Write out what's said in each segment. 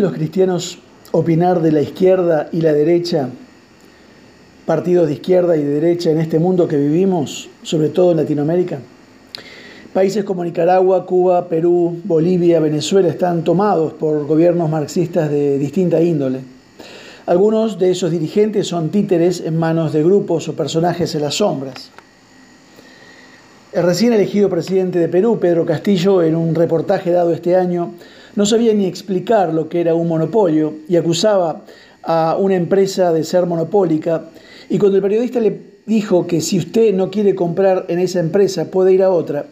los cristianos opinar de la izquierda y la derecha, partidos de izquierda y de derecha en este mundo que vivimos, sobre todo en Latinoamérica? Países como Nicaragua, Cuba, Perú, Bolivia, Venezuela están tomados por gobiernos marxistas de distinta índole. Algunos de esos dirigentes son títeres en manos de grupos o personajes en las sombras. El recién elegido presidente de Perú, Pedro Castillo, en un reportaje dado este año, no sabía ni explicar lo que era un monopolio y acusaba a una empresa de ser monopólica. Y cuando el periodista le dijo que si usted no quiere comprar en esa empresa puede ir a otra,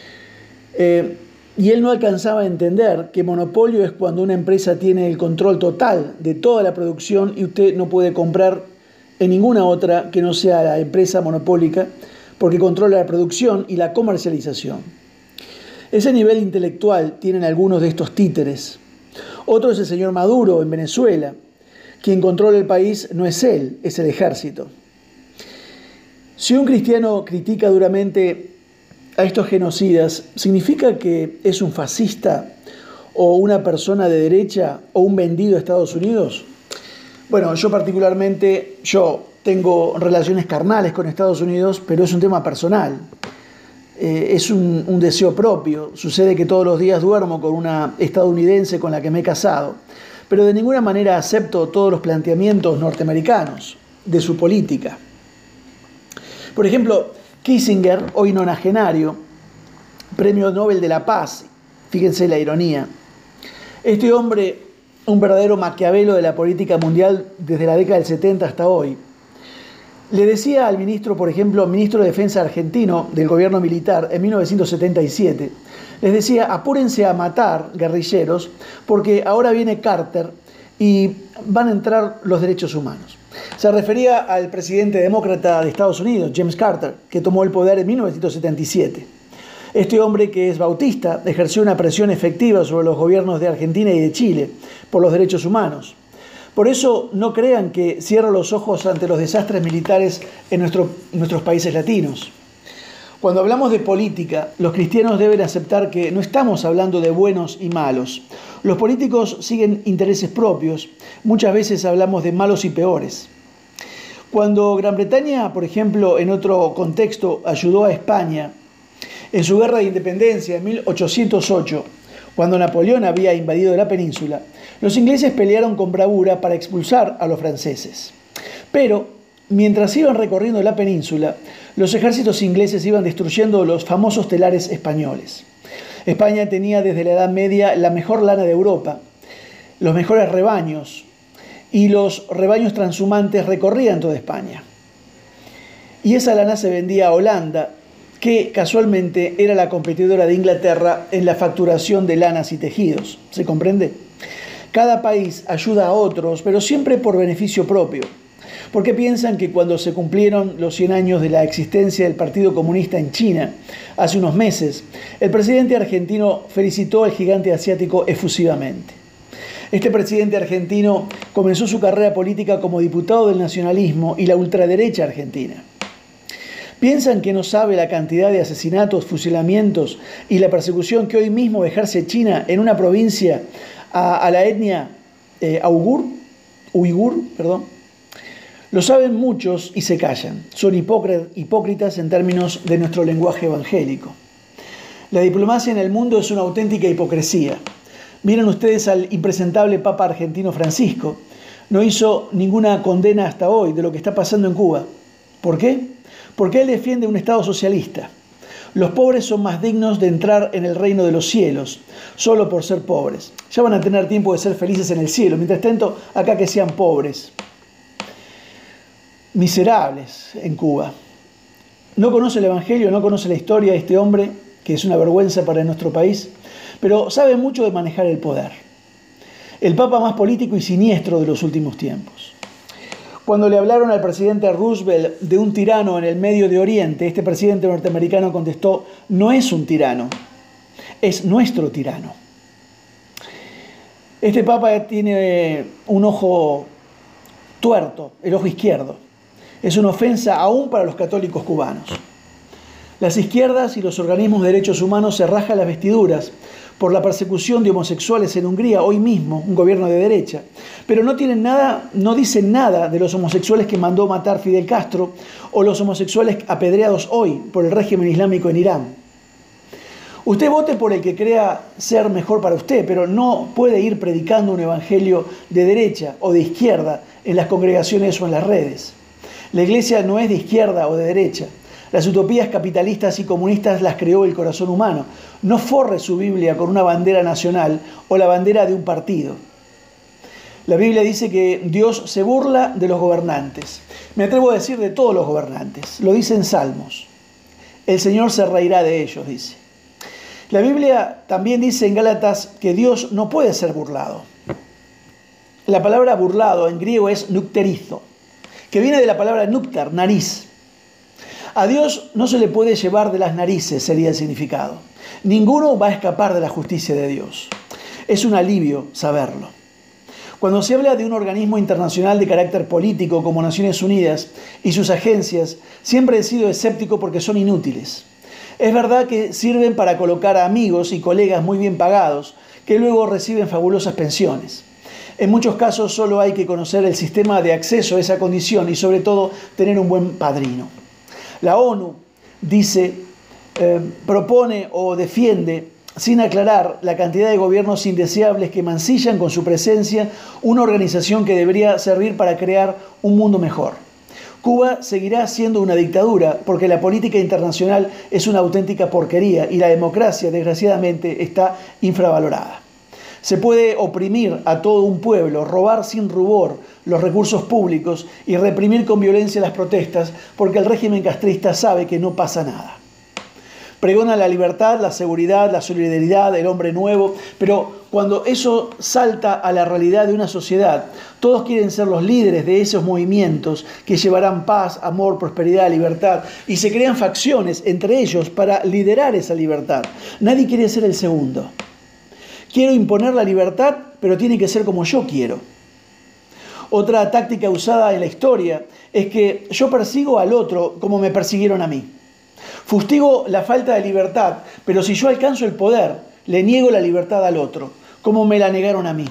y él no alcanzaba a entender que monopolio es cuando una empresa tiene el control total de toda la producción y usted no puede comprar en ninguna otra que no sea la empresa monopólica, porque controla la producción y la comercialización. Ese nivel intelectual tienen algunos de estos títeres. Otro es el señor Maduro en Venezuela. Quien controla el país no es él, es el ejército. Si un cristiano critica duramente a estos genocidas, ¿significa que es un fascista o una persona de derecha o un vendido a Estados Unidos? Bueno, yo particularmente, tengo relaciones carnales con Estados Unidos, pero es un tema personal. Es un deseo propio. Sucede que todos los días duermo con una estadounidense con la que me he casado, pero de ninguna manera acepto todos los planteamientos norteamericanos de su política. Por ejemplo, Kissinger, hoy nonagenario, Premio Nobel de la Paz, fíjense la ironía. Este hombre, un verdadero Maquiavelo de la política mundial desde la década del 70 hasta hoy, le decía al ministro, por ejemplo, ministro de Defensa argentino del gobierno militar en 1977, les decía: apúrense a matar guerrilleros porque ahora viene Carter y van a entrar los derechos humanos. Se refería al presidente demócrata de Estados Unidos, James Carter, que tomó el poder en 1977. Este hombre, que es bautista, ejerció una presión efectiva sobre los gobiernos de Argentina y de Chile por los derechos humanos. Por eso no crean que cierro los ojos ante los desastres militares en nuestros países latinos. Cuando hablamos de política, los cristianos deben aceptar que no estamos hablando de buenos y malos. Los políticos siguen intereses propios. Muchas veces hablamos de malos y peores. Cuando Gran Bretaña, por ejemplo, en otro contexto, ayudó a España en su guerra de independencia en 1808, cuando Napoleón había invadido la península, los ingleses pelearon con bravura para expulsar a los franceses. Pero, mientras iban recorriendo la península, los ejércitos ingleses iban destruyendo los famosos telares españoles. España tenía desde la Edad Media la mejor lana de Europa, los mejores rebaños, y los rebaños transhumantes recorrían toda España. Y esa lana se vendía a Holanda, que casualmente era la competidora de Inglaterra en la facturación de lanas y tejidos. ¿Se comprende? Cada país ayuda a otros, pero siempre por beneficio propio. Porque piensan que cuando se cumplieron los 100 años de la existencia del Partido Comunista en China, hace unos meses, el presidente argentino felicitó al gigante asiático efusivamente. Este presidente argentino comenzó su carrera política como diputado del nacionalismo y la ultraderecha argentina. ¿Piensan que no sabe la cantidad de asesinatos, fusilamientos y la persecución que hoy mismo ejerce China en una provincia a la etnia uigur? Lo saben muchos y se callan. Son hipócritas en términos de nuestro lenguaje evangélico. La diplomacia en el mundo es una auténtica hipocresía. Miren ustedes al impresentable Papa argentino Francisco. No hizo ninguna condena hasta hoy de lo que está pasando en Cuba. ¿Por qué? Porque él defiende un Estado socialista. Los pobres son más dignos de entrar en el reino de los cielos, solo por ser pobres. Ya van a tener tiempo de ser felices en el cielo. Mientras tanto, acá que sean pobres. Miserables en Cuba. No conoce el Evangelio, no conoce la historia de este hombre, que es una vergüenza para nuestro país, pero sabe mucho de manejar el poder. El papa más político y siniestro de los últimos tiempos. Cuando le hablaron al presidente Roosevelt de un tirano en el Medio de Oriente, este presidente norteamericano contestó: no es un tirano, es nuestro tirano. Este papa tiene un ojo tuerto, el ojo izquierdo. Es una ofensa aún para los católicos cubanos. Las izquierdas y los organismos de derechos humanos se rajan las vestiduras por la persecución de homosexuales en Hungría hoy mismo, un gobierno de derecha. Pero no dicen nada de los homosexuales que mandó matar Fidel Castro o los homosexuales apedreados hoy por el régimen islámico en Irán. Usted vote por el que crea ser mejor para usted, pero no puede ir predicando un evangelio de derecha o de izquierda en las congregaciones o en las redes. La iglesia no es de izquierda o de derecha. Las utopías capitalistas y comunistas las creó el corazón humano. No forre su Biblia con una bandera nacional o la bandera de un partido. La Biblia dice que Dios se burla de los gobernantes. Me atrevo a decir de todos los gobernantes. Lo dice en Salmos. El Señor se reirá de ellos, dice. La Biblia también dice en Gálatas que Dios no puede ser burlado. La palabra burlado en griego es nukterizo, que viene de la palabra nuktar, nariz. A Dios no se le puede llevar de las narices, sería el significado. Ninguno va a escapar de la justicia de Dios. Es un alivio saberlo. Cuando se habla de un organismo internacional de carácter político como Naciones Unidas y sus agencias, siempre he sido escéptico porque son inútiles. Es verdad que sirven para colocar a amigos y colegas muy bien pagados, que luego reciben fabulosas pensiones. En muchos casos solo hay que conocer el sistema de acceso a esa condición y sobre todo tener un buen padrino. La ONU propone o defiende, sin aclarar, la cantidad de gobiernos indeseables que mancillan con su presencia una organización que debería servir para crear un mundo mejor. Cuba seguirá siendo una dictadura porque la política internacional es una auténtica porquería y la democracia, desgraciadamente, está infravalorada. Se puede oprimir a todo un pueblo, robar sin rubor los recursos públicos y reprimir con violencia las protestas porque el régimen castrista sabe que no pasa nada. Pregona la libertad, la seguridad, la solidaridad, el hombre nuevo, pero cuando eso salta a la realidad de una sociedad, todos quieren ser los líderes de esos movimientos que llevarán paz, amor, prosperidad, libertad, y se crean facciones entre ellos para liderar esa libertad. Nadie quiere ser el segundo. Quiero imponer la libertad, pero tiene que ser como yo quiero. Otra táctica usada en la historia es que yo persigo al otro como me persiguieron a mí. Fustigo la falta de libertad, pero si yo alcanzo el poder, le niego la libertad al otro, como me la negaron a mí.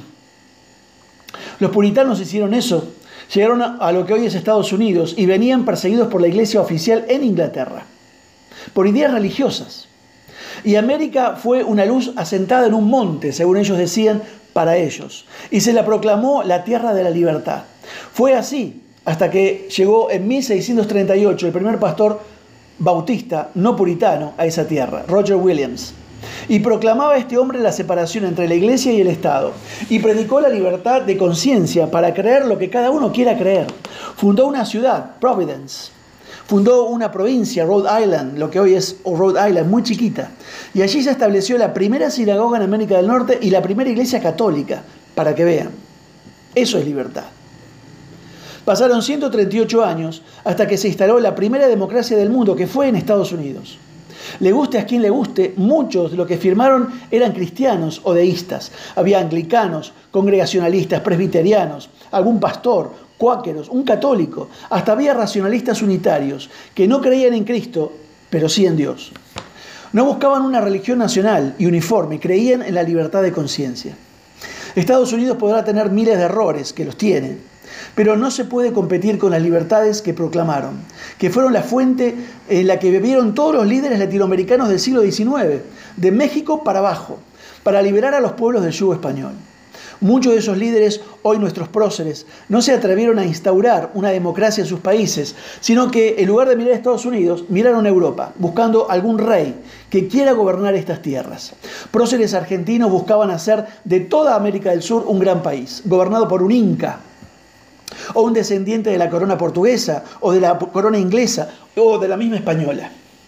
Los puritanos hicieron eso, llegaron a lo que hoy es Estados Unidos y venían perseguidos por la iglesia oficial en Inglaterra, por ideas religiosas. Y América fue una luz asentada en un monte, según ellos decían, para ellos. Y se la proclamó la tierra de la libertad. Fue así hasta que llegó en 1638 el primer pastor bautista, no puritano, a esa tierra, Roger Williams. Y proclamaba este hombre la separación entre la iglesia y el Estado. Y predicó la libertad de conciencia para creer lo que cada uno quiera creer. Fundó una ciudad, Providence. Fundó una provincia, Rhode Island, lo que hoy es Rhode Island, muy chiquita. Y allí se estableció la primera sinagoga en América del Norte y la primera iglesia católica, para que vean. Eso es libertad. Pasaron 138 años hasta que se instaló la primera democracia del mundo, que fue en Estados Unidos. Le guste a quien le guste, muchos de los que firmaron eran cristianos o deístas. Había anglicanos, congregacionalistas, presbiterianos, algún pastor, cuáqueros, un católico. Hasta había racionalistas unitarios que no creían en Cristo, pero sí en Dios. No buscaban una religión nacional y uniforme, creían en la libertad de conciencia. Estados Unidos podrá tener miles de errores, que los tiene, pero no se puede competir con las libertades que proclamaron, que fueron la fuente en la que bebieron todos los líderes latinoamericanos del siglo XIX, de México para abajo, para liberar a los pueblos del yugo español. Muchos de esos líderes, hoy nuestros próceres, no se atrevieron a instaurar una democracia en sus países, sino que en lugar de mirar a Estados Unidos, miraron a Europa, buscando algún rey que quiera gobernar estas tierras. Próceres argentinos buscaban hacer de toda América del Sur un gran país, gobernado por un inca, o un descendiente de la corona portuguesa, o de la corona inglesa, o de la misma española.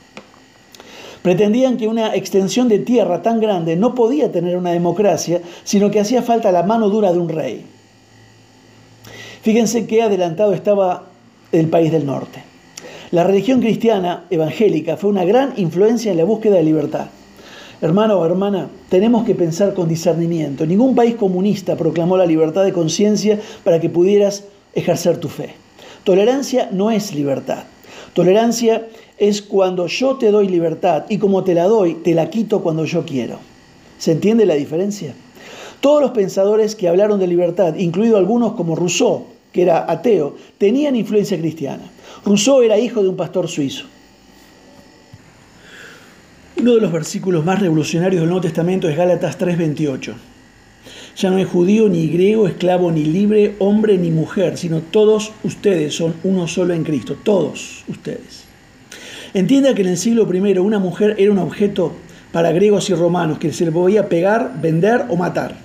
Pretendían que una extensión de tierra tan grande no podía tener una democracia, sino que hacía falta la mano dura de un rey. Fíjense qué adelantado estaba el país del norte. La religión cristiana evangélica fue una gran influencia en la búsqueda de libertad. Hermano o hermana, tenemos que pensar con discernimiento. Ningún país comunista proclamó la libertad de conciencia para que pudieras ejercer tu fe. Tolerancia no es libertad. Tolerancia es cuando yo te doy libertad y como te la doy, te la quito cuando yo quiero. ¿Se entiende la diferencia? Todos los pensadores que hablaron de libertad, incluido algunos como Rousseau, que era ateo, tenían influencia cristiana. Rousseau era hijo de un pastor suizo. Uno de los versículos más revolucionarios del Nuevo Testamento es Gálatas 3:28. Ya no hay judío, ni griego, esclavo, ni libre, hombre, ni mujer, sino todos ustedes son uno solo en Cristo. Todos ustedes. Entienda que en el siglo I una mujer era un objeto para griegos y romanos que se le podía pegar, vender o matar.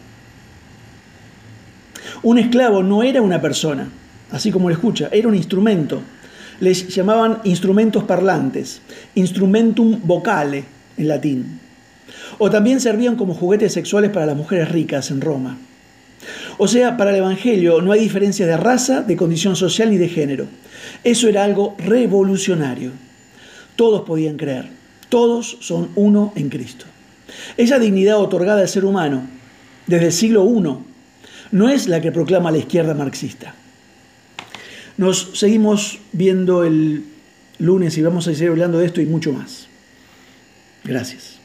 Un esclavo no era una persona, así como lo escucha, era un instrumento. Les llamaban instrumentos parlantes, instrumentum vocale en latín. O también servían como juguetes sexuales para las mujeres ricas en Roma. O sea, para el Evangelio no hay diferencia de raza, de condición social ni de género. Eso era algo revolucionario. Todos podían creer, todos son uno en Cristo. Esa dignidad otorgada al ser humano desde el siglo I no es la que proclama la izquierda marxista. Nos seguimos viendo el lunes y vamos a seguir hablando de esto y mucho más. Gracias.